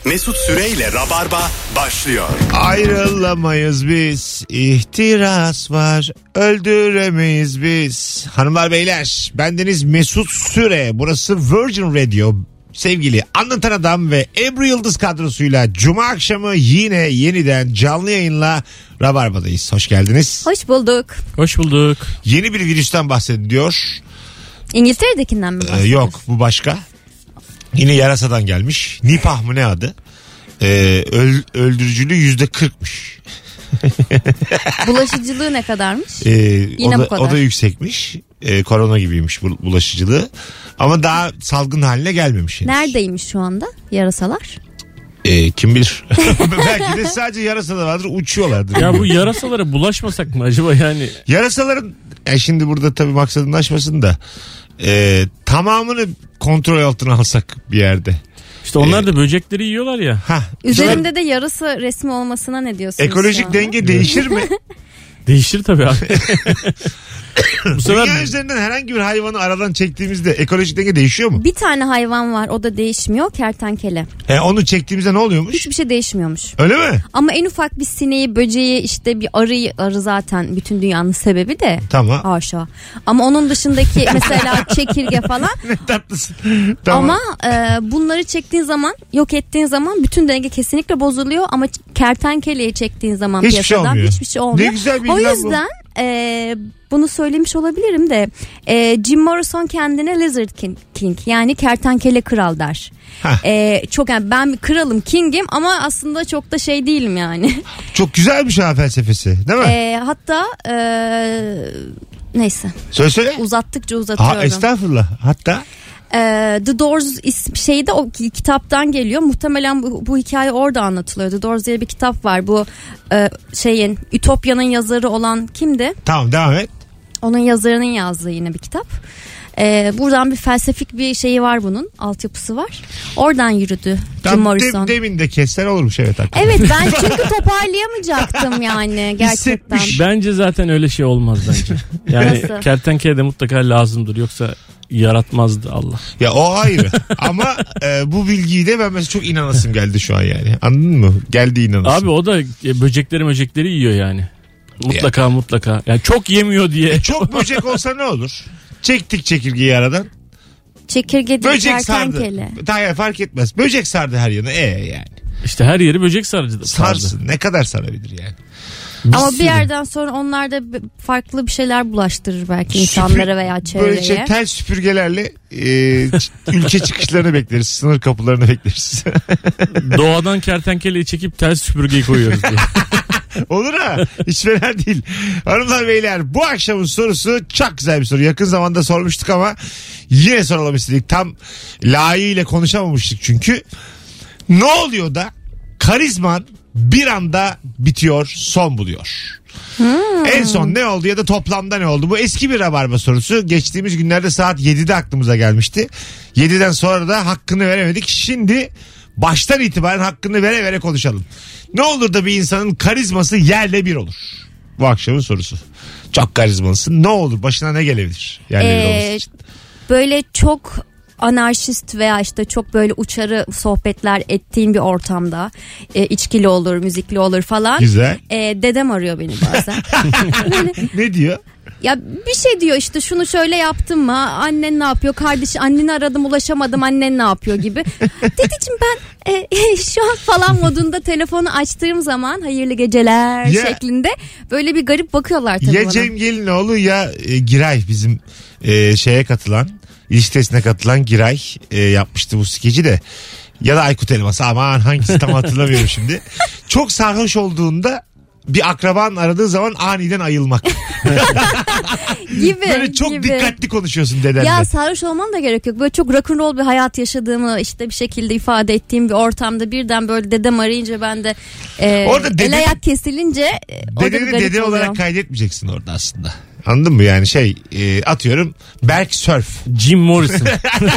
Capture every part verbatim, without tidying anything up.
Mesut Süreyle Rabarba başlıyor. Ayrılamayız biz, ihtiras var, öldüremeyiz biz. Hanımlar beyler, bendeniz Mesut Süre. Burası Virgin Radio. Sevgili Anlatan Adam ve Ebru Yıldız kadrosuyla Cuma akşamı yine yeniden canlı yayınla Rabarba'dayız. Hoş geldiniz. Hoş bulduk. Hoş bulduk. Yeni bir virüsten bahsediliyor. İngiltere'dekinden mi bahsediyorsun? Ee, yok, bu başka. Yine yarasadan gelmiş. Nipah mı ne adı? Ee, öl, öldürücülüğü yüzde kırkmış. Bulaşıcılığı ne kadarmış? Ee, Yine o, da, bu kadar. o da yüksekmiş. Ee, korona gibiymiş bu, bulaşıcılığı. Ama daha salgın haline gelmemiş henüz. Neredeymiş şu anda yarasalar? Ee, kim bilir. Belki de sadece yarasalar vardır, uçuyorlardır. Ya bu yarasalara bulaşmasak mı acaba yani? Yarasaların, yani şimdi burada tabii maksadını aşmasın da e, tamamını kontrol altına alsak bir yerde. İşte onlar da böcekleri yiyorlar ya. Hah, Üzerinde de yarasa resmi olmasına ne diyorsunuz? ekolojik denge değişir mi? Değişir tabii abi. Bu sefer Dünya üzerinden herhangi bir hayvanı aradan çektiğimizde ekolojik denge değişiyor mu? Bir tane hayvan var, o da değişmiyor, kertenkele. He, onu çektiğimizde ne oluyormuş? Hiçbir şey değişmiyormuş. Öyle mi? Ama en ufak bir sineği, böceği, işte bir arıyı, arı zaten bütün dünyanın sebebi de. Tamam. Haşa. Ama onun dışındaki mesela çekirge falan. Ne tatlısın. Tamam. Ama e, bunları çektiğin zaman, yok ettiğin zaman bütün denge kesinlikle bozuluyor. Ama kertenkeleyi çektiğin zaman hiçbir şey piyasadan olmuyor. hiçbir şey olmuyor. Ne güzel bir O ilan bu. yüzden e, bunu söylemiş olabilirim de e, Jim Morrison kendine Lizard King, King yani kertenkele kral der. E, çok yani ben bir kralım, kingim ama aslında çok da şey değilim yani. Çok güzel bir şey felsefesi, değil mi? E, hatta e, neyse. Söyle söyle. Uzattıkça uzatıyorum. Ha, estağfurullah. Hatta Ee, The Doors is- şeyi de o kitaptan geliyor. Muhtemelen bu, bu hikaye orada anlatılıyor. The Doors diye bir kitap var. Bu e, şeyin Ütopya'nın yazarı olan kimdi? tamam, devam et. Onun yazarının yazdığı yine bir kitap. Ee, buradan bir felsefik bir şeyi var bunun. Altyapısı var. Oradan yürüdü Jim Tam Morrison. de, demin de kesser olurmuş, evet. Hakikaten. Evet, ben çünkü toparlayamayacaktım yani gerçekten. Hissetmiş. bence zaten öyle şey olmaz bence. Yani Nasıl? kertenkele de mutlaka lazımdır, yoksa yaratmazdı Allah. Ya o ayrı. Ama e, bu bilgiyi de ben mesela çok inanasım geldi şu an yani. Anladın mı? Geldi inanasım. Abi o da e, böcekleri möcekleri yiyor yani. Mutlaka ya. mutlaka. Yani çok yemiyor diye. Çok böcek olsa ne olur? Çektik çekirgeyi aradan. Çekirge değil, Böcek sardı. kertenkele. Hayır, fark etmez. Böcek sardı her yanı. E yani. İşte her yeri böcek sardı. Sarsın. Ne kadar sarabilir yani? Ama bir yerden sonra onlar da b- farklı bir şeyler bulaştırır belki insanlara veya çevreye. Böyle şey, tel süpürgelerle e, ç- ülke çıkışlarını bekleriz. Sınır kapılarını bekleriz. Doğadan kertenkeleyi çekip ters süpürgeyi koyuyoruz diye. Olur ha. Hiç fena değil. Hanımlar beyler, bu akşamın sorusu çok güzel bir soru. Yakın zamanda sormuştuk ama yine soralım istedik. Tam layığıyla konuşamamıştık çünkü. Ne oluyor da karizman bir anda bitiyor, son buluyor? Hmm. En son ne oldu ya da toplamda ne oldu? Bu eski bir Rabarba sorusu. Geçtiğimiz günlerde saat yedide aklımıza gelmişti. yediden sonra da hakkını veremedik. Şimdi baştan itibaren hakkını vere vere konuşalım. Ne olur da bir insanın karizması yerle bir olur? Bu akşamın sorusu. Çok karizmalısın. Ne olur? Başına ne gelebilir? Yerle bir Ee, olması için. Böyle çok anarşist veya işte çok böyle uçarı sohbetler ettiğim bir ortamda, e, içkili olur, müzikli olur falan. Güzel. E, dedem arıyor beni bazen. Böyle, Ne diyor? ya bir şey diyor işte, şunu şöyle yaptın mı? Annen ne yapıyor? Kardeş, anneni aradım ulaşamadım, annen ne yapıyor gibi. Dedeciğim ben e, şu an falan modunda telefonu açtığım zaman hayırlı geceler Ya. şeklinde böyle bir garip bakıyorlar tabii Ya bana. Cem Gelinoğlu ya e, Giray, bizim e, şeye katılan, ilişkisine katılan Giray e, yapmıştı bu skeci de. Ya da Aykut Elmas, aman hangisi tam hatırlamıyorum şimdi. Çok sarhoş olduğunda bir akraban aradığı zaman aniden ayılmak. Gibi, Böyle çok gibi. dikkatli konuşuyorsun dedenle. Ya sarhoş olman da gerek yok. Böyle çok rock'n'roll bir hayat yaşadığımı işte bir şekilde ifade ettiğim bir ortamda birden böyle dedem arayınca ben de e, Orada dede- el ayak kesilince e, orada bir Dedeni garip dede oluyor. olarak kaydetmeyeceksin orada aslında. Anladın mı yani, şey e, atıyorum Berk Surf, Jim Morrison.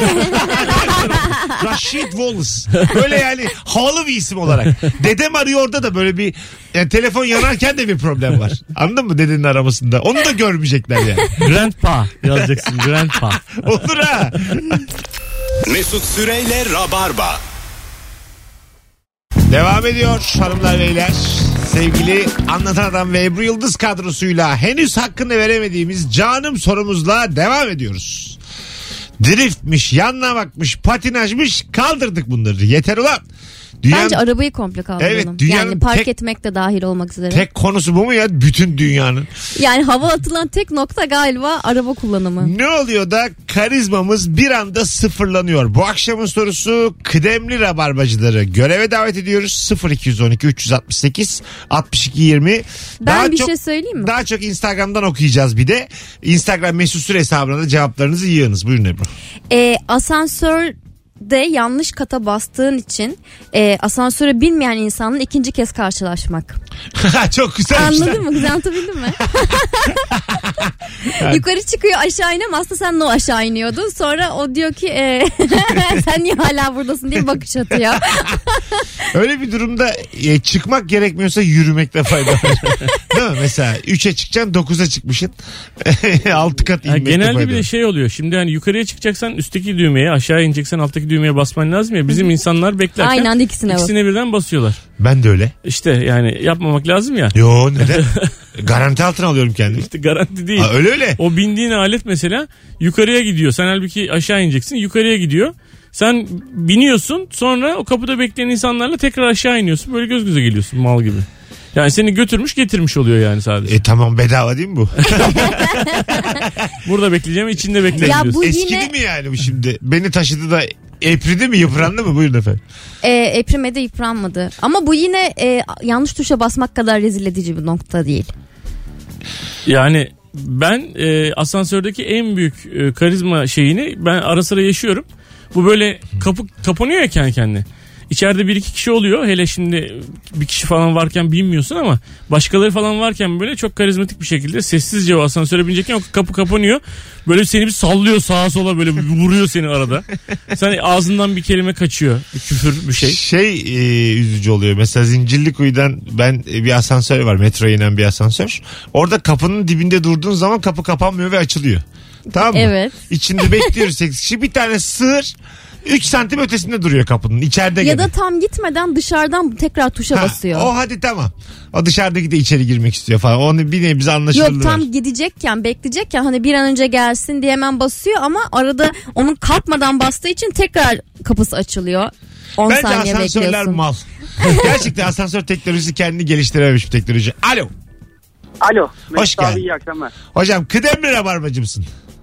Rashid Wallace, böyle yani havalı bir isim olarak. Dedem arıyor, orada da böyle bir yani telefon yanarken de bir problem var. Anladın mı dedenin aramasında? Onu da görmeyecekler yani. Grandpa yazacaksın, Grandpa. Olur ha. Mesut Süreyle Rabarba. Devam ediyor hanımlar beyler. Sevgili Anlatan Adam ve Ebru Yıldız kadrosuyla henüz hakkını veremediğimiz canım sorumuzla devam ediyoruz. Driftmiş, yanlamakmış, patinajmış, kaldırdık bunları. Yeter ulan. Dünyanın, Bence arabayı komple kaldıralım. Evet, dünyanın yani park tek- etmek de dahil olmak üzere. tek konusu bu mu ya bütün dünyanın? Yani hava atılan tek nokta galiba araba kullanımı. Ne oluyor da karizmamız bir anda sıfırlanıyor? Bu akşamın sorusu kıdemli rabarbacıları göreve davet ediyoruz. sıfır iki on iki üç altı sekiz altmış iki yirmi. Ben bir şey söyleyeyim mi? Daha çok Instagram'dan okuyacağız bir de. Instagram mesut süre hesabına da cevaplarınızı yığınız. Buyurun Ebru. Ee, asansör de yanlış kata bastığın için e, asansöre binmeyen insanla ikinci kez karşılaşmak. Çok güzel. Anladın mı? Güzel anlatabildim mi? Yukarı çıkıyor aşağı inem. Aslında sen de o aşağı iniyordun. Sonra o diyor ki e, sen niye hala buradasın diye bakış atıyor. Öyle bir durumda e, çıkmak gerekmiyorsa yürümekte fayda var. Değil mi? Mesela üçe çıkacaksın dokuza çıkmışsın. altı kat Ya inmekte genelde fayda bir de var. şey oluyor. Şimdi hani yukarıya çıkacaksan üstteki düğmeye, aşağı ineceksen alttaki düğmeye basman lazım ya. Bizim insanlar beklerken Aynı anda ikisine bas. ikisine birden basıyorlar. Ben de öyle. İşte yani yapmamak lazım ya. Yo neden? Garanti altına alıyorum kendimi. İşte garanti değil. Ha, öyle öyle. O bindiğin alet mesela yukarıya gidiyor. Sen halbuki aşağı ineceksin. Yukarıya gidiyor. Sen biniyorsun, sonra o kapıda bekleyen insanlarla tekrar aşağı iniyorsun. Böyle göz göze geliyorsun mal gibi. Yani seni götürmüş getirmiş oluyor yani sadece. E tamam bedava değil mi bu? Burada bekleyeceğim, içinde Ya bekleyebiliyorsun. bu Eskidi yine mi yani bu şimdi? Beni taşıdı da epridi mi yıprandı mı? Buyurun efendim. e, Eprimede yıpranmadı. Ama bu yine e, yanlış tuşa basmak kadar rezil edici bir nokta değil. Yani ben e, asansördeki en büyük e, karizma şeyini ben ara sıra yaşıyorum. Bu böyle kapı kapanıyor ya kendi kendine. İçeride bir iki kişi oluyor. Hele şimdi bir kişi falan varken binmiyorsun ama başkaları falan varken böyle çok karizmatik bir şekilde sessizce o asansöre binecekken o kapı kapanıyor. Böyle seni bir sallıyor sağa sola, böyle bir vuruyor seni arada. Sen ağzından bir kelime kaçıyor. Bir küfür, bir şey. Şey e, üzücü oluyor. Mesela Zincirlikuyu'dan ben e, bir asansör var. Metroya inen bir asansör. Orada kapının dibinde durduğun zaman kapı kapanmıyor ve açılıyor. Tamam mı? Evet. İçinde bekliyoruz sekiz kişi. Bir tane sığır üç santim ötesinde duruyor kapının. İçeride Ya gene. da tam gitmeden dışarıdan tekrar tuşa Ha, basıyor. o hadi tamam. O dışarıdaki de içeri girmek istiyor falan. Onu bir nebze anlaşılır. Yok, tam gidecekken bekleyecekken hani bir an önce gelsin diye hemen basıyor ama arada onun kalkmadan bastığı için tekrar kapısı açılıyor. on Bence saniye asansörler bekliyorsun. mal. Gerçekten asansör teknolojisi kendini geliştirememiş bir teknoloji. Alo. Alo. Hoş Mesut abi, geldin. iyi akşamlar. Hocam kıdemli rabarbacı mısın?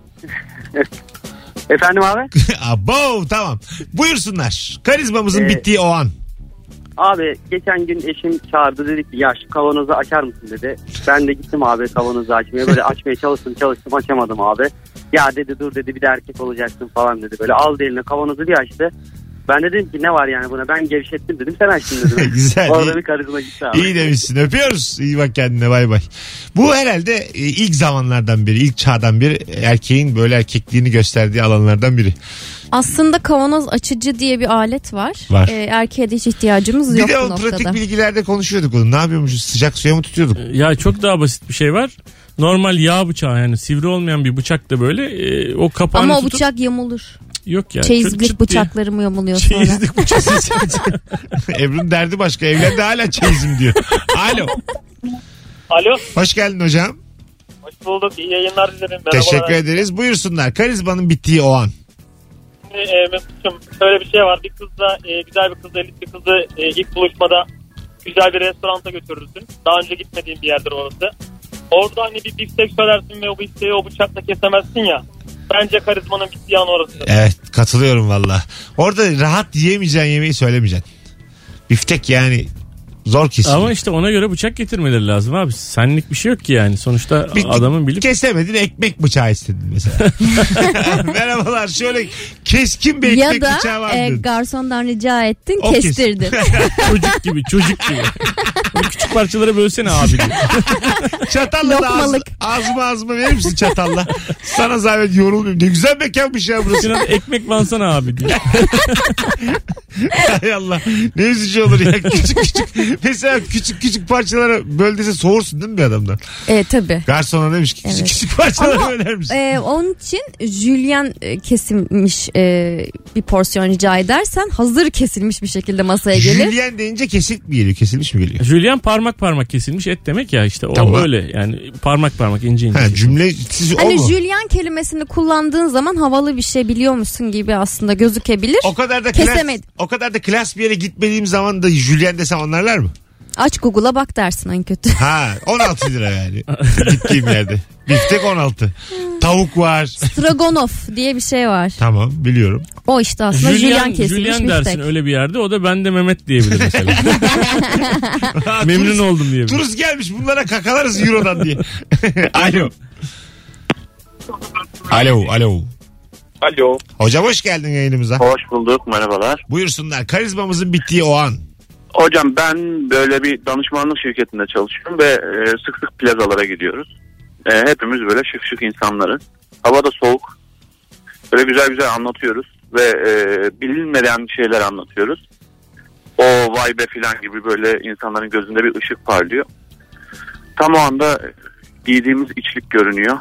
Efendim abi? Abo tamam. Buyursunlar. Karizmamızın Ee, bittiği o an. Abi geçen gün eşim çağırdı, dedi ki ya şu kavanozu açar mısın dedi. Ben de gittim abi kavanozu açmaya. Böyle açmaya çalıştım çalıştım açamadım abi. Ya dedi dur dedi bir de erkek olacaksın falan dedi. Böyle aldı eline kavanozu bir açtı. Ben de dedim ki ne var yani buna, ben gevşettim dedim, sen açtın dedim. Güzel. Orada iyi, bir karizma gitti abi. iyi demişsin. Öpüyoruz. İyi bak kendine, bay bay. Bu herhalde e, ilk zamanlardan biri, ilk çağdan biri erkeğin böyle erkekliğini gösterdiği alanlardan biri. Aslında kavanoz açıcı diye bir alet var. Var. Ee, erkeğe de hiç ihtiyacımız Bir yok de bu o pratik noktada. bilgilerde konuşuyorduk onu. Ne yapıyormuşuz? Sıcak suya mı tutuyorduk? Ya çok daha basit bir şey var. Normal yağ bıçağı, yani sivri olmayan bir bıçak da böyle e, o kapağını Ama o tutup... bıçak yamulur. Yok ya. Çeyizlik çıt çıt bıçakları mı yamuluyor diye. sonra? Çeyizlik bıçak. Ebru'nun derdi başka. Evlendi hala çeyizim diyor. Alo. Alo. Hoş geldin hocam. Hoş bulduk. İyi yayınlar dilerim. Merhabalar. Teşekkür ederiz. Buyursunlar. Karizmanın bittiği o an. Şimdi, e, Mesut'cum şöyle bir şey var. Bir kızla, e, güzel bir kızla, elit bir kızı e, ilk buluşmada güzel bir restoranta götürürsün. Daha önce gitmediğin bir yerdir orası. Orada hani bir biftek söylersin ve o bifteği o bıçakla kesemezsin ya. Bence karizmanın bittiği an orası. Evet, katılıyorum valla. Orada rahat yiyemeyeceğin yemeği söylemeyeceksin. Biftek yani zor kesiliyor. Ama işte ona göre bıçak getirmeleri lazım abi. Senlik bir şey yok ki yani. Sonuçta Bir- adamın bilip... Kesemedin, ekmek bıçağı istedin mesela. Merhabalar, şöyle keskin bir ekmek Ya bıçağı da var e, dedin. garsondan rica ettin, O kes- kestirdin. Çocuk gibi, çocuk gibi. Küçük parçalara bölsene abi diyor. Çatalla da ağzı, Lokmalık. ağzıma ağzıma verir misin çatalla? Sana zahmet yorulmayayım. Ne güzel mekanmış ya burası. Şuna da ekmek bansana abi diyor. Hay Allah. Ne üzücü olur ya. Küçük küçük. Mesela küçük küçük parçalara böl dese soğursun değil mi bir adamdan? E tabii. Garsona demiş ki küçük Evet. küçük parçalara Ama, böler misin? e, onun için jülyen e, kesilmiş e, bir porsiyon rica edersen hazır kesilmiş bir şekilde masaya gelir. Jülyen deyince kesik mi geliyor? Kesilmiş mi geliyor? Julian parmak parmak kesilmiş et demek ya işte o Tamam. öyle yani parmak parmak ince ince. Ha, cümle siz o Hani mu? jülyen kelimesini kullandığın zaman havalı bir şey biliyormuşsun gibi aslında gözükebilir. O kadar da klas, Kesemedim. o kadar da klas bir yere gitmediğim zaman da jülyen desem anlarlar mı? Aç Google'a bak dersin en kötü. Ha on altı lira yani. Gittiğim yerde. Biftek on altı. Tavuk var. Stroganoff diye bir şey var. Tamam biliyorum. O işte aslında jülyen Julian, kesilmiş Julian dersin biftek. öyle bir yerde o da ben de Mehmet diyebilir mesela. Ha, Memnun turist- oldum diyebilir. Turist gelmiş bunlara kakalarız Euro'dan diye. Alo. Alo, alo. Alo. Hocam hoş geldin yayınımıza. Hoş bulduk. Merhabalar. Buyursunlar. Karizmamızın bittiği o an. Hocam ben böyle bir danışmanlık şirketinde çalışıyorum ve e, sık sık plazalara gidiyoruz. E, hepimiz böyle şık şık insanlarız. Hava da soğuk. Böyle güzel güzel anlatıyoruz ve e, bilinmeyen şeyler anlatıyoruz. O vay be filan gibi böyle insanların gözünde bir ışık parlıyor. Tam o anda giydiğimiz içlik görünüyor.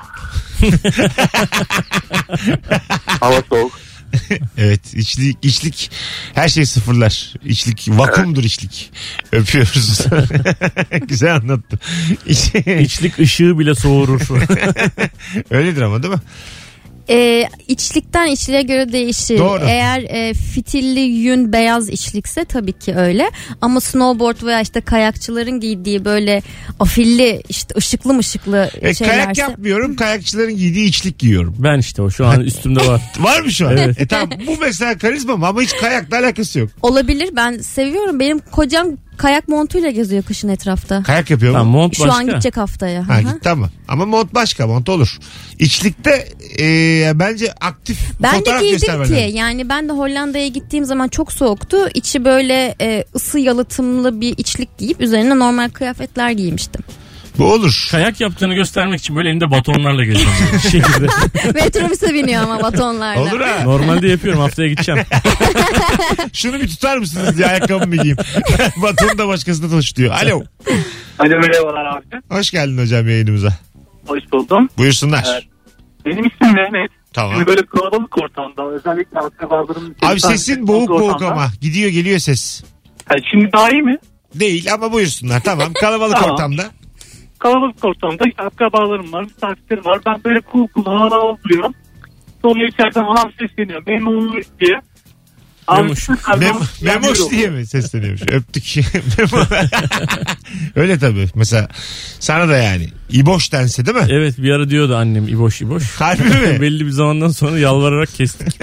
Hava soğuk. Evet içlik, içlik her şey sıfırlar. İçlik vakumdur içlik. Öpüyoruz. Güzel anlattı. İçlik ışığı bile soğurur. Öyledir ama değil mi? E, içlikten içliğe göre değişir. Doğru. Eğer e, fitilli yün beyaz içlikse tabii ki öyle. Ama snowboard veya işte kayakçıların giydiği böyle afilli işte ışıklı mışıklı E, şeylerse. kayak yapmıyorum. Kayakçıların giydiği içlik giyiyorum. Ben işte o şu an üstümde var. Var mı şu an? Evet. E tamam bu mesela karizma mı ama hiç kayakla alakası yok. Olabilir, ben seviyorum. Benim kocam kayak montuyla geziyor kışın etrafta. Kayak yapıyor mu? Tamam, mont Şu başka. an gidecek haftaya. Ha Hı hı. gitti ama. Ama mont başka mont olur. İçlikte e, bence aktif Ben de fotoğraf giydim göstermen ki lazım. yani ben de Hollanda'ya gittiğim zaman çok soğuktu. İçi böyle e, ısı yalıtımlı bir içlik giyip üzerine normal kıyafetler giymiştim. Bu olur. Kayak yaptığını göstermek için böyle elinde batonlarla geziyorum. Şehirde. Metrobüse biniyor ama batonlarla. Olur ha. Normalde yapıyorum, haftaya gideceğim. Şunu bir tutar mısınız diye ayakkabımı giyeyim. Batonu da başkasına taşıtıyor. Alo. Alo merhabalar abi. Hoş geldin hocam yayınımıza. Hoş buldum. Buyursunlar. Evet. Benim ismim Mehmet. Tamam. Şimdi böyle kalabalık ortamda özellikle akrabalarımın... Abi sesin boğuk boğuk ama. Gidiyor geliyor ses. Yani şimdi daha iyi mi? Değil ama buyursunlar. Tamam kalabalık Tamam. ortamda. Kalabalık ortamda akrabalarım var, misafirlerim var. Ben böyle kul kul hava oturuyorum. Sonra içeriden adam sesleniyor. Memuş diye. Memuş. Mem Memoş diye mi sesleniyormuş? Öptük. Memo. Öyle tabii. Mesela sana da yani. İboş dense değil mi? Evet, bir ara diyordu annem İboş İboş. Harbi mi? Belli bir zamandan sonra yalvararak kestik.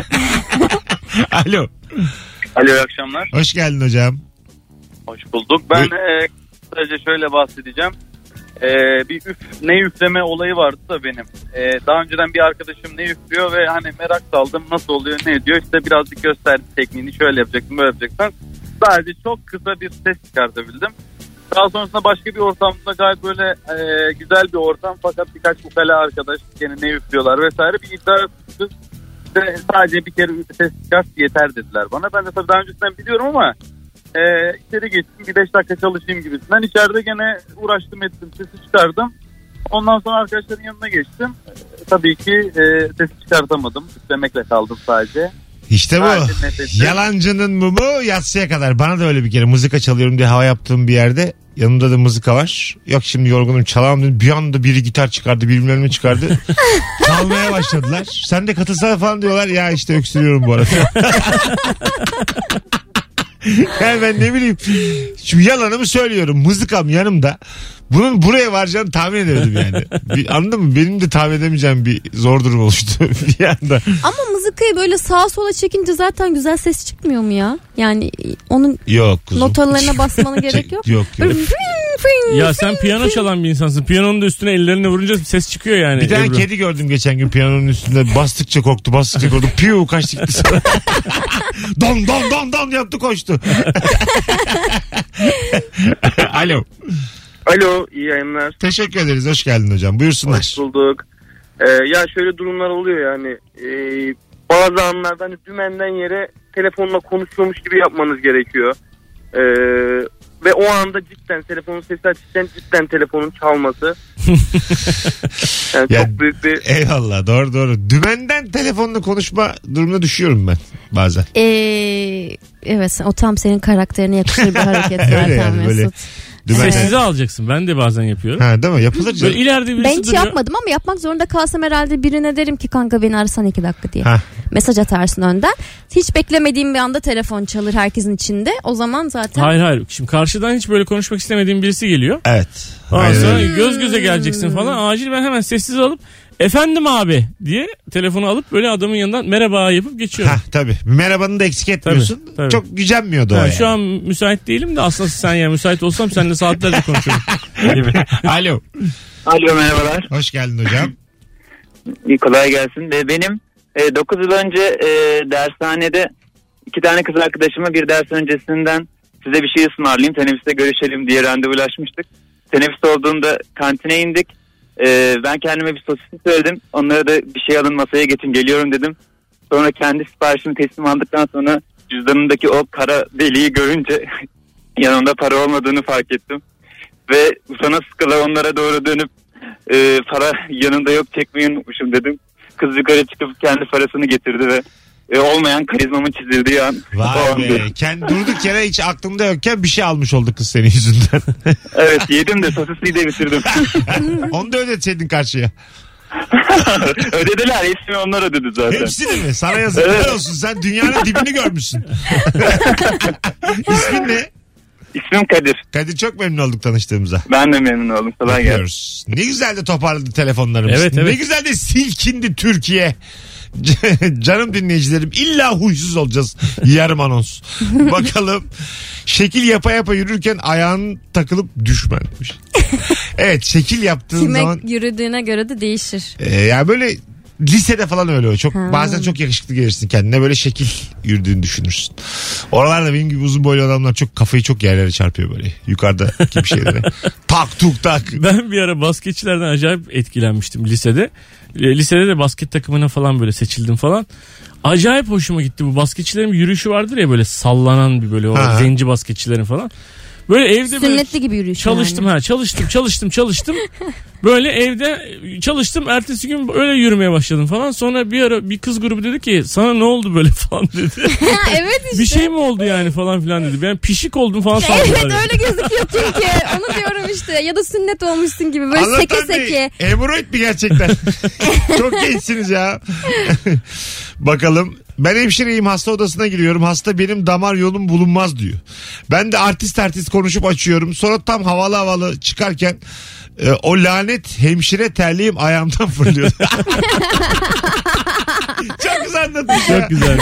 Alo. Alo, iyi akşamlar. Hoş geldin hocam. Hoş bulduk. Ben Buyur. e, kısaca şöyle bahsedeceğim. E, bir üf, ne üfleme olayı vardı da benim. E, daha önceden bir arkadaşım ne üflüyor ve hani merak saldım, nasıl oluyor ne ediyor. İşte birazcık gösterdi tekniğini, şöyle yapacaksın böyle yapacaksın. Sadece çok kısa bir ses çıkartabildim. Daha sonrasında başka bir ortamda gayet böyle e, güzel bir ortam fakat birkaç ukala arkadaş gene ne üflüyorlar vesaire bir iddia yaptık. İşte sadece bir kere ses çıkart yeter dediler bana. Ben de tabii daha öncesinden biliyorum ama e, içeri geçtim bir beş dakika çalışayım gibisinden. İçeride gene uğraştım ettim, sesi çıkardım. Ondan sonra arkadaşların yanına geçtim. E, tabii ki e, sesi çıkartamadım. Üflemekle kaldım sadece. İşte bu. Sadece nefesi. Yalancının mumu yatsıya kadar. Bana da öyle bir kere mızıka çalıyorum diye hava yaptığım bir yerde. Yanımda da mızıka var. Yok şimdi yorgunum çalamam dedim. Bir anda biri gitar çıkardı, bilmem ne çıkardı. Çalmaya başladılar. Sen de katılsana falan diyorlar. Ya işte öksürüyorum bu arada. Yani ben ne bileyim. Şu yalanımı söylüyorum. Mızıkam yanımda. Bunun buraya varacağını tahmin edemedim yani. Bir, anladın mı? Benim de tahmin edemeyeceğim bir zor durum oluştu bir anda. Ama mızıkayı böyle sağa sola çekince zaten güzel ses çıkmıyor mu ya? Yani onun Yok kuzum. notalarına basmana gerek yok. Yok yok. Böyle fing, fing, Ya sen fing, piyano fing. çalan bir insansın. Piyanonun da üstüne ellerini vurunca ses çıkıyor yani. Bir tane Ebru. kedi gördüm geçen gün piyanonun üstünde. Bastıkça korktu, bastıkça korktu. Piu kaçtı gitti sonra. Don don don don yaptı koştu. Alo. Alo, iyi yayınlar. Teşekkür ederiz. Hoş geldin hocam. Buyursunlar. Hoş bulduk. Ee, ya şöyle durumlar oluyor yani. Ee, bazı anlarda hani dümenden yere telefonla konuşuyormuş gibi yapmanız gerekiyor. Ee, ve o anda cidden telefonun sesi açıkken cidden telefonun çalması. Yani Ya, çok büyük bir... Eyvallah, doğru doğru. Dümenden telefonla konuşma durumuna düşüyorum ben bazen. Ee, evet, o tam senin karakterine yakışır bir hareket zaten Öyle yani, Mesut. böyle dümenden. Sessize alacaksın. Ben de bazen yapıyorum. Ha, değil mi? Yapılır canım. Böyle ileride birisi Ben hiç duruyor. yapmadım ama yapmak zorunda kalsam herhalde birine derim ki kanka beni arasana iki dakika diye. Ha. Mesaj atarsın önden. Hiç beklemediğim bir anda telefon çalır herkesin içinde. O zaman zaten... Hayır hayır. Şimdi karşıdan hiç böyle konuşmak istemediğim birisi geliyor. Evet. Ondan Aynen sonra öyle. göz göze geleceksin falan. Acil ben hemen sessiz alıp efendim abi diye telefonu alıp böyle adamın yanından merhaba yapıp geçiyorum. Ha, tabii. Merhabanı da eksik etmiyorsun. Tabii, tabii. Çok gücenmiyordu o Ha, yani. şu an müsait değilim de aslında sen ya müsait olsam seninle saatlerce konuşurum. Alo. Alo, merhabalar. Hoş geldin hocam. İyi, kolay gelsin. De benim dokuz yıl önce e, dershanede iki tane kız arkadaşıma bir ders öncesinden size bir şey ısmarlayayım, teneffüste görüşelim diye randevulaşmıştık. Teneffüs olduğunda kantine indik. E, ben kendime bir sosis söyledim. Onlara da bir şey alın masaya geçin geliyorum dedim. Sonra kendi siparişimi teslim aldıktan sonra cüzdanımdaki o kara deliği görünce yanımda para olmadığını fark ettim. Ve sana sıkıla onlara doğru dönüp e, para yanında yok, çekmeyi unutmuşum dedim. Kız yukarı çıkıp kendi parasını getirdi ve e, olmayan karizmamın çizildiği an. Vay be. Kendi durduk yere hiç aklımda yokken bir şey almış oldu kız senin yüzünden. Evet, yedim de sosisliği de bitirdim. Onu da ödetseydin karşıya. Ödediler, hepsini onlar ödedi zaten. Hepsini mi? Sana yazıklar Evet. olsun. Sen dünyanın dibini görmüşsün. İsmin ne? İsmim Kadir. Kadir, çok memnun olduk tanıştığımıza. Ben de memnun oldum. Kolay gelsin. Öpüyoruz. Ne güzel de toparladı telefonlarımız. Evet, Ne evet. güzel de silkindi Türkiye. Canım dinleyicilerim, illa huysuz olacağız yarım anons. Bakalım, şekil yapa yapa yürürken ayağın takılıp düşmenmiş. Evet, şekil yaptığın Kime zaman yürüdüğüne göre de değişir. e, ya böyle lisede falan öyle o. Çok Ha. bazen çok yakışıklı gelirsin kendine, böyle şekil yürüdüğünü düşünürsün. Oralarda benim gibi uzun boylu adamlar çok kafayı çok yerlere çarpıyor böyle. Yukarıdaki bir şeylere. Tak tuk tak. Ben bir ara basketçilerden acayip etkilenmiştim lisede. E, lisede de basket takımına falan böyle seçildim falan. Acayip hoşuma gitti bu basketçilerin bir yürüyüşü vardır ya, böyle sallanan bir böyle o Ha. zenci basketçilerin falan. Böyle evde böyle Sünnetli gibi yürüyüş çalıştım yani. ha çalıştım çalıştım çalıştım. Böyle evde çalıştım, ertesi gün öyle yürümeye başladım falan. Sonra bir ara bir kız grubu dedi ki sana ne oldu böyle falan dedi. Ha, evet işte. Bir şey mi oldu yani falan filan dedi. Ben pişik oldum falan sandım. Evet, öyle gözüküyor çünkü. Onu diyorum işte. Ya da sünnet olmuşsun gibi böyle Anlatan seke ne? seke. Hemoroid mi gerçekten? Çok gençsiniz ya. Bakalım. Ben hemşireyim, hasta odasına giriyorum. Hasta benim damar yolum bulunmaz diyor. Ben de artist artist konuşup açıyorum. Sonra tam havalı havalı çıkarken e, o lanet hemşire terliğim ayağımdan fırlıyor. Çok güzel anlatmış ya. Çok güzel.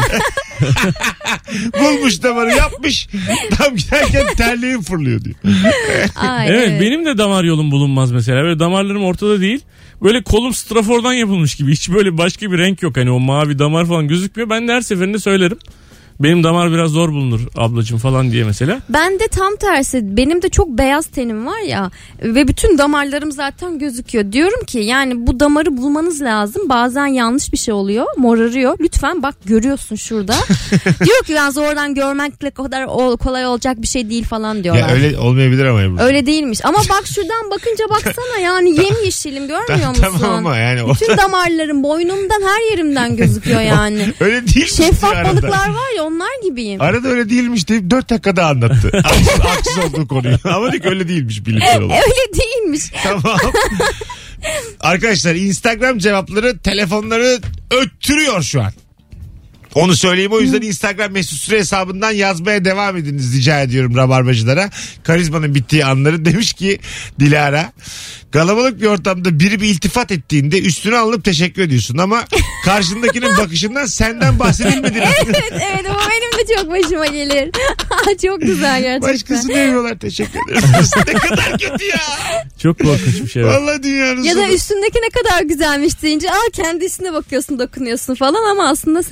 Bulmuş damarı, yapmış. Tam giderken terliğim fırlıyor diyor. Ay, Evet, benim de damar yolum bulunmaz mesela. Böyle damarlarım ortada değil. Böyle kolum strafordan yapılmış gibi. Hiç böyle başka bir renk yok. Hani o mavi damar falan gözükmüyor. Ben de her seferinde söylerim. Benim damar biraz zor bulunur ablacığım falan diye mesela. Ben de tam tersi. Benim de çok beyaz tenim var ya ve bütün damarlarım zaten gözüküyor. Diyorum ki yani bu damarı bulmanız lazım. Bazen yanlış bir şey oluyor. Morarıyor. Lütfen bak, görüyorsun şurada. Diyor ki yani oradan görmekle kadar kolay olacak bir şey değil falan diyorlar. Ya öyle olmayabilir ama Ebru. Öyle değilmiş. Ama bak şuradan bakınca baksana yani yemyeşilim, görmüyor musun? Tamam ama yani o... Bütün damarlarım boynumdan, her yerimden gözüküyor yani. Öyle değilmiş. Şeffaf diyor arada. balıklar var ya, onlar gibiyim. Arada öyle değilmiş deyip dört dakikada anlattı. Haksız, haksız olduğu konuyu. Ama diyor ki öyle değilmiş bilimsel olarak. Öyle değilmiş. Tamam. Arkadaşlar, Instagram cevapları telefonları öttürüyor şu an. Onu söyleyeyim, o yüzden Instagram mesut süre hesabından yazmaya devam ediniz rica ediyorum rabarbacılara. Karizmanın bittiği anları. Demiş ki Dilara, kalabalık bir ortamda biri bir iltifat ettiğinde üstüne alınıp teşekkür ediyorsun ama karşındakinin bakışından senden bahsedilmedi. Evet evet, ama benim de çok başıma gelir. Çok güzel gerçekten. Başkası demiyorlar, teşekkür ederiz. Ne kadar kötü ya. Çok korkunç bir şey var. Vallahi dünyanın Ya da sonu. üstündeki ne kadar güzelmiş deyince aa kendisine bakıyorsun, dokunuyorsun falan ama aslında senden bahsediyor.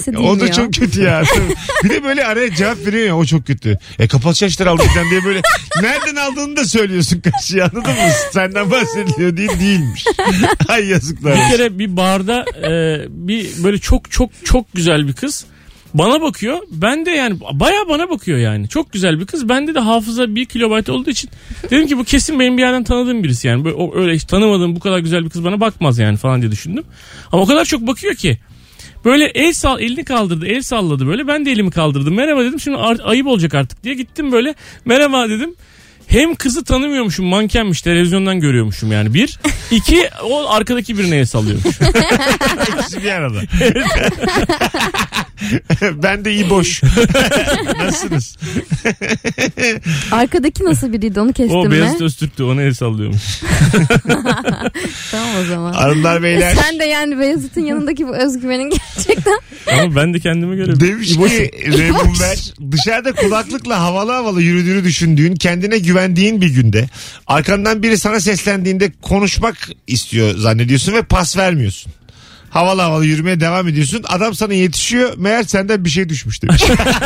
bahsedeyim O da ya. çok kötü ya. Bir de böyle araya cevap veriyor ya, o çok kötü. E kapalı çarşılar aldım falan diye böyle nereden aldığını da söylüyorsun karşıya, anladın mı? Senden bahsediliyor değil, değilmiş. Ay yazıklar. Bir kere bir barda e, bir böyle çok çok çok güzel bir kız bana bakıyor. Ben de yani bayağı bana bakıyor yani. Çok güzel bir kız. Bende de hafıza bir kilobayt olduğu için dedim ki bu kesin benim bir yerden tanıdığım birisi yani. Böyle, o, öyle hiç tanımadığım bu kadar güzel bir kız bana bakmaz yani falan diye düşündüm. Ama o kadar çok bakıyor ki. Böyle el sal, elini kaldırdı, el salladı böyle. Ben de elimi kaldırdım. Merhaba dedim. Şimdi ayıp olacak artık diye gittim böyle. Merhaba dedim. Hem kızı tanımıyormuşum, mankenmiş, televizyondan görüyormuşum yani bir. İki, o arkadaki birine el sallıyormuş. İkisi bir arada. Ben de iyi boş. Nasılsınız? Arkadaki nasıl biriydi, onu kestim mi? O Beyazıt Öztürk'tü, ona el sallıyormuş. Tamam o zaman. Hanımlar beyler. Sen de yani Beyazıt'ın yanındaki bu özgüvenin gerçekten. Ama ben de kendime göre. Demiş ki Remumber, dışarıda kulaklıkla havalı havalı yürüdüğünü düşündüğün, kendine güvendiğin bir günde arkandan biri sana seslendiğinde konuşmak istiyor zannediyorsun ve pas vermiyorsun. Havalı havalı yürümeye devam ediyorsun. Adam sana yetişiyor. Meğer senden bir şey düşmüş demiş.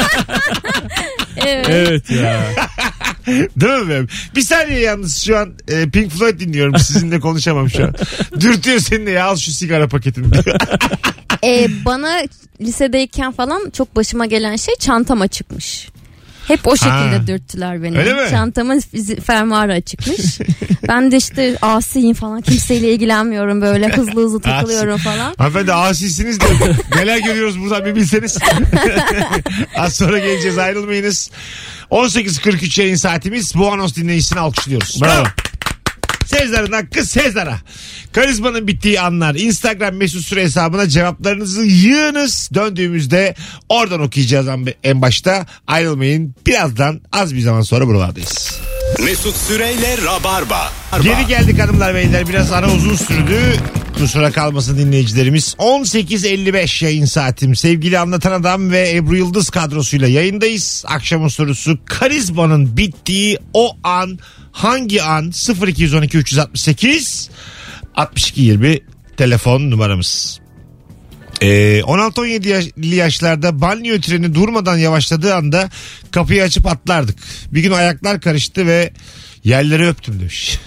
Evet. Evet ya. Değil mi benim? Bir saniye yalnız şu an e, Pink Floyd dinliyorum. Sizinle konuşamam şu an. Dürtüyor seni ya, al şu sigara paketini diyor. Ee, bana lisedeyken falan çok başıma gelen şey çantama çıkmış. Hep o şekilde Ha. dürttüler beni. Öyle mi? Çantamın fizi- fermuarı açıkmış. Ben de işte asiyim falan, kimseyle ilgilenmiyorum, böyle hızlı hızlı takılıyorum falan. Hanımefendi asisiniz de neler görüyoruz buradan bir bilseniz. Az sonra geleceğiz, ayrılmayınız. on sekiz kırk üç yayın saatimiz. Bu anons dinleyicisini alkışlıyoruz. Bravo. Sezar'ın hakkı Sezar'a. Karizmanın bittiği anlar. Instagram mesut süre hesabına cevaplarınızı yığınız. Döndüğümüzde oradan okuyacağız en başta. Ayrılmayın. Birazdan, az bir zaman sonra buralardayız. Mesut Süreyle Rabarba. Geri geldik hanımlar beyler. Biraz ara uzun sürdü. Kusura kalmasın dinleyicilerimiz. on sekiz elli beş yayın saatim. Sevgili Anlatan Adam ve Ebru Yıldız kadrosuyla yayındayız. Akşamın sorusu, karizmanın bittiği o an hangi an? sıfır iki on iki üç altı sekiz altmış iki yirmi telefon numaramız. Ee, on altı on yedi yaşlarda banyo treni durmadan yavaşladığı anda kapıyı açıp atlardık. Bir gün ayaklar karıştı ve yerleri öptüm demiş.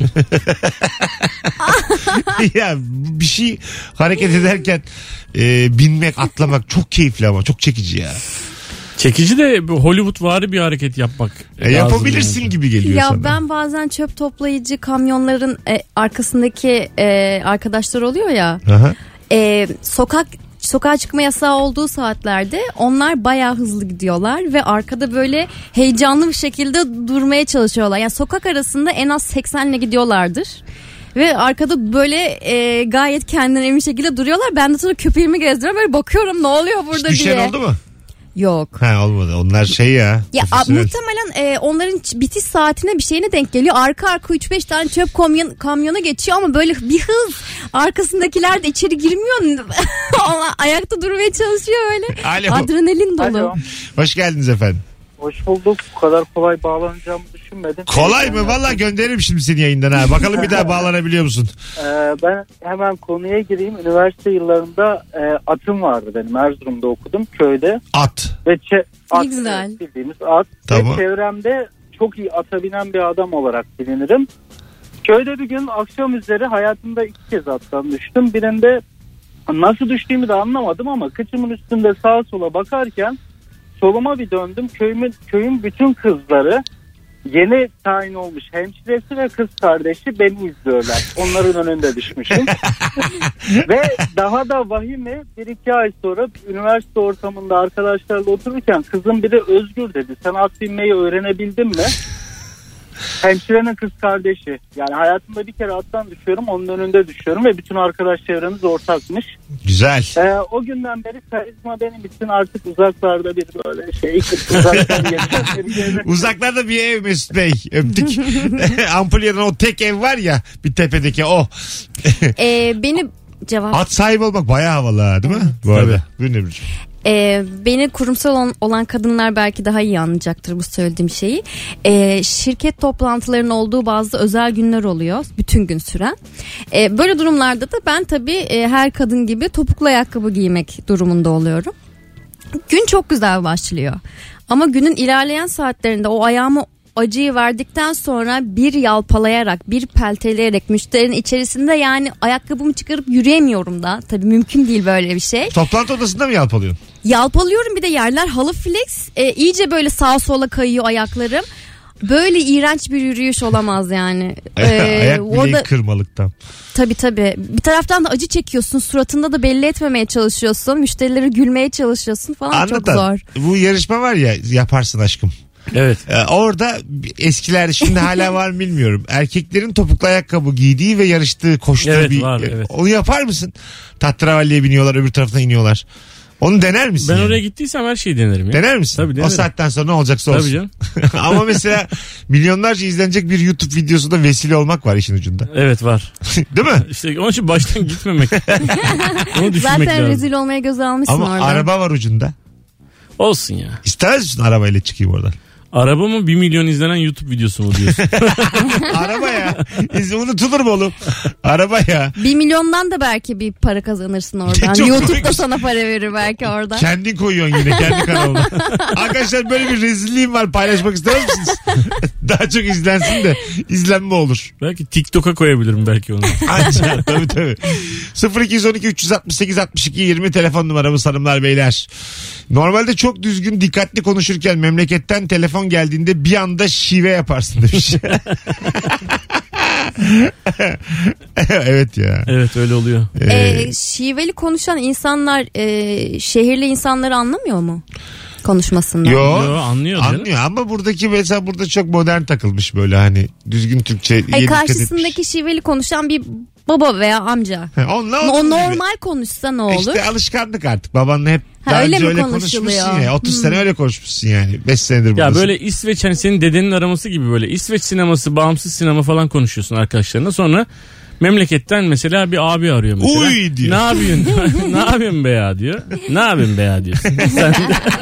Ya bir şey hareket ederken e, binmek, atlamak çok keyifli ama çok çekici ya. Çekici de Hollywoodvari bir hareket yapmak. E, yapabilirsin yani gibi geliyor ya sana. Ya ben bazen çöp toplayıcı kamyonların e, arkasındaki e, arkadaşlar oluyor ya. Aha. E, sokak sokağa çıkma yasağı olduğu saatlerde onlar bayağı hızlı gidiyorlar ve arkada böyle heyecanlı bir şekilde durmaya çalışıyorlar. Yani sokak arasında en az seksenle gidiyorlardır. Ve arkada böyle e, gayet kendinden emin şekilde duruyorlar. Ben de sonra köpeğimi gezdiriyorum, böyle bakıyorum ne oluyor burada Hiç diye. düşen oldu mu? Yok. Ha, olmadı. Onlar şey ya. Ya a, muhtemelen e, onların bitiş saatine bir şeyine denk geliyor. Arka arka üç beş tane çöp kamyon, kamyona geçiyor ama böyle bir hız. Arkasındakiler de içeri girmiyor. Ayakta durmaya çalışıyor öyle. Alo. Adrenalin dolu. Alo. Hoş geldiniz efendim. Hoş bulduk. Bu kadar kolay bağlanacağımı düşünmedim. Kolay mı? Valla gönderirim şimdi seni yayından ha. Bakalım bir daha bağlanabiliyor musun? Ee, ben hemen konuya gireyim. Üniversite yıllarında e, atım vardı benim. Erzurum'da okudum, köyde. At. Ve çe- at, güzel. bildiğimiz at. Tamam. Ve çevremde çok iyi ata binen bir adam olarak bilinirim. Köyde bir gün akşam üzeri hayatımda iki kez attan düştüm. Birinde nasıl düştüğümü de anlamadım ama kıçımın üstünde sağa sola bakarken soluma bir döndüm. Köyümün, köyün bütün kızları, yeni tayin olmuş hemşiresi ve kız kardeşi beni izliyorlar. Onların önünde düşmüşüm. Ve daha da vahimi, bir iki ay sonra bir üniversite ortamında arkadaşlarla otururken kızın biri Özgür dedi. Sen at binmeyi öğrenebildin mi? Hemşirenin kız kardeşi. Yani hayatımda bir kere attan düşüyorum, onun önünde düşüyorum ve bütün arkadaş çevremiz ortakmış. Güzel. Ee, o günden beri karizma benim için artık uzaklarda bir böyle şey. Uzaktan geçen. Uzaklarda bir ev Mesut Bey. Öptük. Ampulya'dan o tek ev var ya, bir tepedeki o. ee, beni cevap. At sahibi olmak bayağı havalı ha, değil mi? Bu arada. Buyurun Ebru'cum. Ee, beni kurumsal olan, olan kadınlar belki daha iyi anlayacaktır bu söylediğim şeyi. Ee, şirket toplantılarının olduğu bazı özel günler oluyor, bütün gün süren. Ee, böyle durumlarda da ben tabii e, her kadın gibi topuklu ayakkabı giymek durumunda oluyorum. gün çok güzel başlıyor. Ama günün ilerleyen saatlerinde o ayağımı acıyı verdikten sonra bir yalpalayarak, bir pelteleyerek müşterinin içerisinde, yani ayakkabımı çıkarıp yürüyemiyorum da. Tabii mümkün değil böyle bir şey. Toplantı odasında mı yalpalıyorsun? Yalpalıyorum, bir de yerler halı flex. E, iyice böyle sağa sola kayıyor ayaklarım. Böyle iğrenç bir yürüyüş olamaz yani. Ee, Ayak bileği orada kırmalıktan. Tabii tabii. Bir taraftan da acı çekiyorsun. Suratında da belli etmemeye çalışıyorsun. Müşterileri gülmeye çalışıyorsun falan. Anlatan, çok zor. bu yarışma var ya, yaparsın aşkım. Evet. Ee, orada eskiler, şimdi hala var mı bilmiyorum. Erkeklerin topuklu ayakkabı giydiği ve yarıştığı, koştuğu Evet, bir... var, evet. Onu yapar mısın? Tatravalliye biniyorlar, öbür taraftan iniyorlar. Onu dener misin? Ben yani? oraya gittiysem her şeyi denerim ya. Dener misin? Tabii denerim. O saatten sonra ne olacaksa olsun. Tabii canım. Ama mesela milyonlarca izlenecek bir YouTube videosunda vesile olmak var işin ucunda. Evet var. Değil mi? İşte onun için baştan gitmemek. Onu düşünmek Zaten lazım. rezil olmaya göze almışsın Ama orada. araba var ucunda. Olsun ya. İstemez misin arabayla çıkayım oradan? Araba mı bir milyon izlenen YouTube videosu mu diyorsun? Araba ya. İzin unutulur mu oğlum? Araba ya. Bir milyondan da belki bir para kazanırsın oradan. Çok YouTube komik. da sana para verir belki orada. Kendin koyuyorsun yine kendi kanalına. Arkadaşlar böyle bir rezilliğim var, paylaşmak ister misiniz? Daha çok izlensin de izlenme olur. Belki TikTok'a koyabilirim belki onu. Ancak tabii tabii. sıfır iki on iki üç altı sekiz altmış iki yirmi telefon numaramız hanımlar beyler. Normalde çok düzgün dikkatli konuşurken memleketten telefon geldiğinde bir anda şive yaparsın demiş. Evet ya. Evet öyle oluyor. Ee, Ee, şiveli konuşan insanlar e, şehirli insanları anlamıyor mu? Konuşmasından. Yo, Yo, anlıyor canım. anlıyor ama buradaki mesela burada çok modern takılmış, böyle hani düzgün Türkçe. Ay, dikkat etmiş. karşısındaki şiveli konuşan bir baba veya amca. He, onunla O olduğu gibi. normal konuşsa ne olur? İşte alışkanlık artık. Babanla hep Ha, daha öyle önce mi öyle konuşuluyor? konuşmuşsun ya. otuz Hmm. sene öyle konuşmuşsun yani. beş senedir Ya buradasın. böyle İsveç, hani senin dedenin araması gibi, böyle İsveç sineması, bağımsız sinema falan konuşuyorsun arkadaşlarına. Sonra memleketten mesela bir abi arıyor mesela. Uy diyor. Ne yapıyorsun? Ne yapıyorsun be ya diyor. Ne yapıyorsun be ya diyorsun. Sen de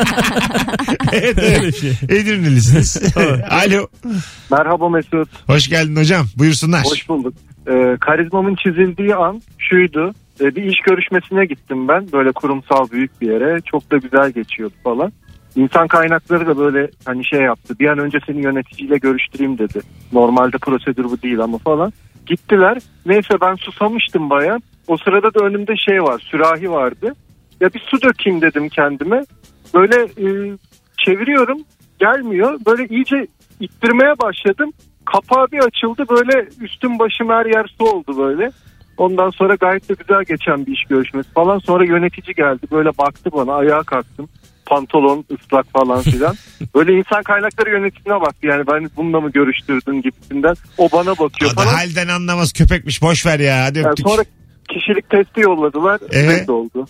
Evet, öyle evet. şey. Edirnelisiniz. Alo. Merhaba Mesut. Hoş geldin hocam. Buyursunlar. Hoş bulduk. Ee, karizmamın çizildiği an şuydu. Ee, bir iş görüşmesine gittim ben. Böyle kurumsal büyük bir yere. Çok da güzel geçiyordu falan. İnsan kaynakları da böyle hani şey yaptı. Bir an önce seni yöneticiyle görüştüreyim dedi. Normalde prosedür bu değil ama falan. Gittiler. Neyse ben susamıştım baya. O sırada da önümde şey var. Sürahi vardı. Ya bir su dökeyim dedim kendime. Böyle e, çeviriyorum. Gelmiyor. Böyle iyice ittirmeye başladım. Kapağı bir açıldı, böyle üstüm başım her yer su oldu böyle. Ondan sonra gayet de güzel geçen bir iş görüşmesi falan. Sonra yönetici geldi, böyle baktı bana, ayağa kalktım. Pantolon ıslak falan filan. Böyle insan kaynakları yöneticine baktı, yani ben bununla mı görüştürdün gibisinden. O bana bakıyor O da falan. halden anlamaz, köpekmiş, boş ver ya. Hadi Yani öptük. sonra kişilik testi yolladılar. Ee? Red oldu.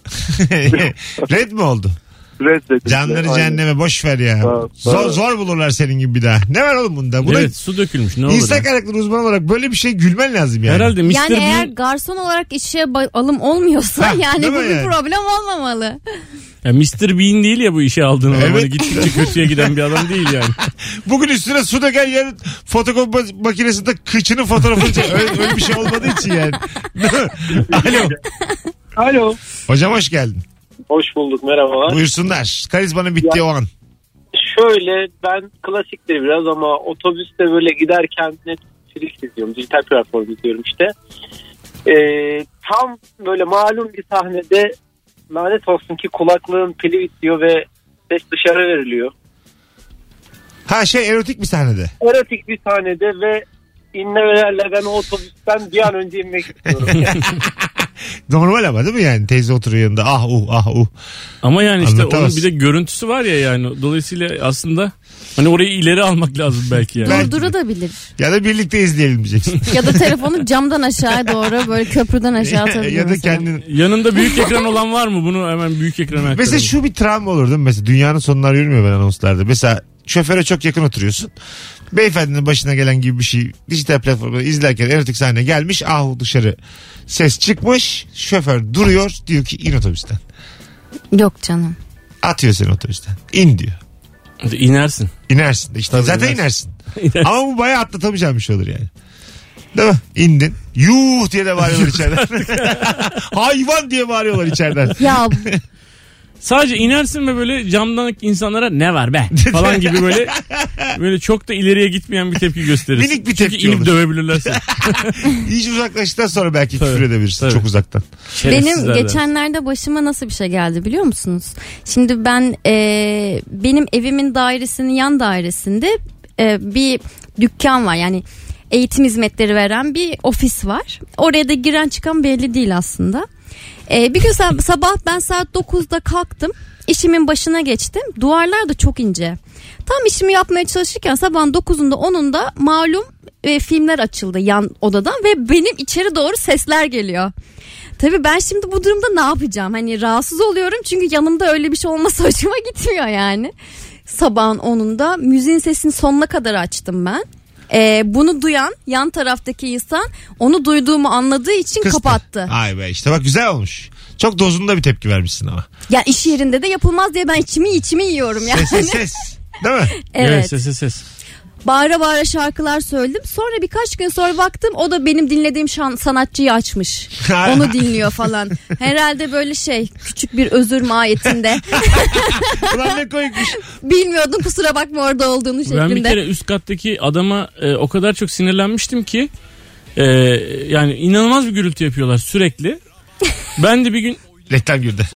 Red mi oldu? Reddedildi. Canları Aynen. cehenneme, boş ver ya. Ha, zor, ha. zor bulurlar senin gibi bir daha. Ne var oğlum bunda? Buna Evet, su dökülmüş, ne olur İnsan ya. kaynakları uzmanı olarak böyle bir şey gülmen lazım yani. Herhalde mister Yani eğer Bean, garson olarak işe ba- alım olmuyorsa Ha, yani değil bu mi bir yani? problem olmamalı. ya mister Bean değil ya bu işe aldığın adam. Evet. Hani gittikçe kötüye giden bir adam değil yani. Bugün üstüne su döken, yarın fotokopi makinesinde kıçının fotoğrafını çek. Öyle, öyle bir şey olmadığı için yani. Alo. Alo. Hocam hoş geldin. Hoş bulduk, merhabalar. Buyursunlar. Karizmanın bittiği Ya- o an. Şöyle, ben klasiktir biraz ama otobüste böyle giderken Netflix izliyorum. Dijital platform izliyorum işte. Ee, tam böyle malum bir sahnede lanet olsun ki kulaklığın pili bitiyor ve ses dışarı veriliyor. Ha şey, erotik bir sahnede. Erotik bir sahnede ve inlemelerle ben o otobüsten bir an önce inmek istiyorum. Normal ama değil mi yani? Teyze oturuyor yanında. Ah uh ah uh. Ama yani işte Anlatamaz. onun bir de görüntüsü var ya yani. Dolayısıyla aslında hani orayı ileri almak lazım belki yani. Belki. Durdurabilir. Ya da birlikte izleyelim diyeceksin. Ya da telefonu camdan aşağı doğru böyle köprüden aşağı atabilir ya da mesela. kendin. Yanında büyük ekran olan var mı? Bunu hemen büyük ekrana aktaralım. Mesela şu bir travma olur değil mi? Mesela dünyanın sonunu arıyorum ya ben anonslarda. Mesela şoföre çok yakın oturuyorsun. Beyefendinin başına gelen gibi bir şey dijital platformda izlerken erotik sahne gelmiş. Ah dışarı ses çıkmış. Şoför duruyor, diyor ki in otobüsten. Yok canım. Atıyor seni otobüsten. İn diyor. İnersin. İnersin. İşte Tabii zaten inersin. inersin. Ama bu bayağı atlatamayacağım bir şey olur yani. Değil mi? İndin. Yuh diye de bağırıyorlar içeriden. Hayvan diye bağırıyorlar içeriden. Ya Sadece inersin ve böyle camdan insanlara ne var be falan gibi böyle böyle çok da ileriye gitmeyen bir tepki gösterirsin. Minik bir tepki Çünkü inip olur. dövebilirler seni. İyice uzaklaştıktan sonra belki Tabii, küfür edebilirsin tabii. çok uzaktan. Benim geçenlerde başıma nasıl bir şey geldi biliyor musunuz? Şimdi ben e, benim evimin dairesinin yan dairesinde e, bir dükkan var. Yani eğitim hizmetleri veren bir ofis var. Oraya da giren çıkan belli değil aslında. E, bir gün sab- sabah ben saat dokuzda kalktım. İşimin başına geçtim. Duvarlar da çok ince. Tam işimi yapmaya çalışırken sabahın dokuzunda onunda malum e, filmler açıldı yan odadan ve benim içeri doğru sesler geliyor. Tabii ben şimdi bu durumda ne yapacağım? Hani rahatsız oluyorum çünkü yanımda öyle bir şey olması hoşuma gitmiyor yani. Sabahın onunda müziğin sesini sonuna kadar açtım ben. Ee, bunu duyan yan taraftaki insan onu duyduğumu anladığı için Kıstı. kapattı. Ay be işte bak güzel olmuş. Çok dozunda bir tepki vermişsin ama. Ya iş yerinde de yapılmaz diye ben içimi içimi yiyorum yani. Ses ses ses. Değil mi? Evet. Evet, ses ses ses. Bağıra bağıra şarkılar söyledim. Sonra birkaç gün sonra baktım o da benim dinlediğim şan, sanatçıyı açmış. Onu dinliyor falan. Herhalde böyle şey küçük bir özür mahiyetinde. Ulan ne koymuş. Bilmiyordum kusura bakma orada olduğunu şeklinde. Ben bir kere üst kattaki adama e, o kadar çok sinirlenmiştim ki e, yani inanılmaz bir gürültü yapıyorlar sürekli. Ben de bir gün Reklam girdi.